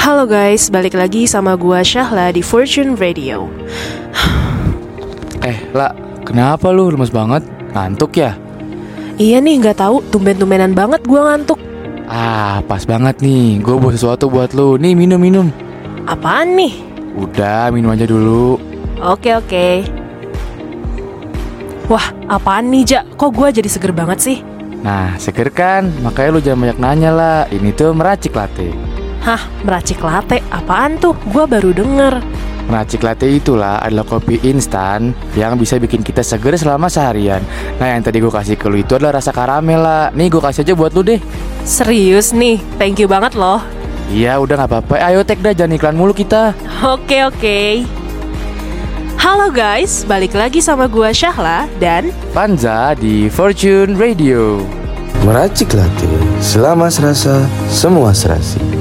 Halo guys, balik lagi sama gua Syahla di Fortune Radio. La, kenapa lu lemes banget? Ngantuk ya? Iya nih, gak tahu, tumben-tumbenan banget gua ngantuk. Pas banget nih, gue bawa sesuatu buat lu. Nih, minum. Apaan nih? Udah, minum aja dulu. Oke. Wah, apaan nih, Jak? Kok gua jadi seger banget sih? Nah, seger kan? Makanya lu jangan banyak nanya lah. Ini tuh meracik latte. Hah, meracik latte? Apaan tuh? Gua baru denger. Meracik latte itulah adalah kopi instan yang bisa bikin kita seger selama seharian. Nah, yang tadi gue kasih ke lu itu adalah rasa karamel lah. Nih, gue kasih aja buat lu deh. Serius nih, thank you banget loh. Iya, udah gak apa-apa. Ayo tek dah, jangan iklan mulu kita. Oke. Halo guys, balik lagi sama gua Syahla dan Panza di Fortune Radio. Meracik latte, selama serasa, semua serasi.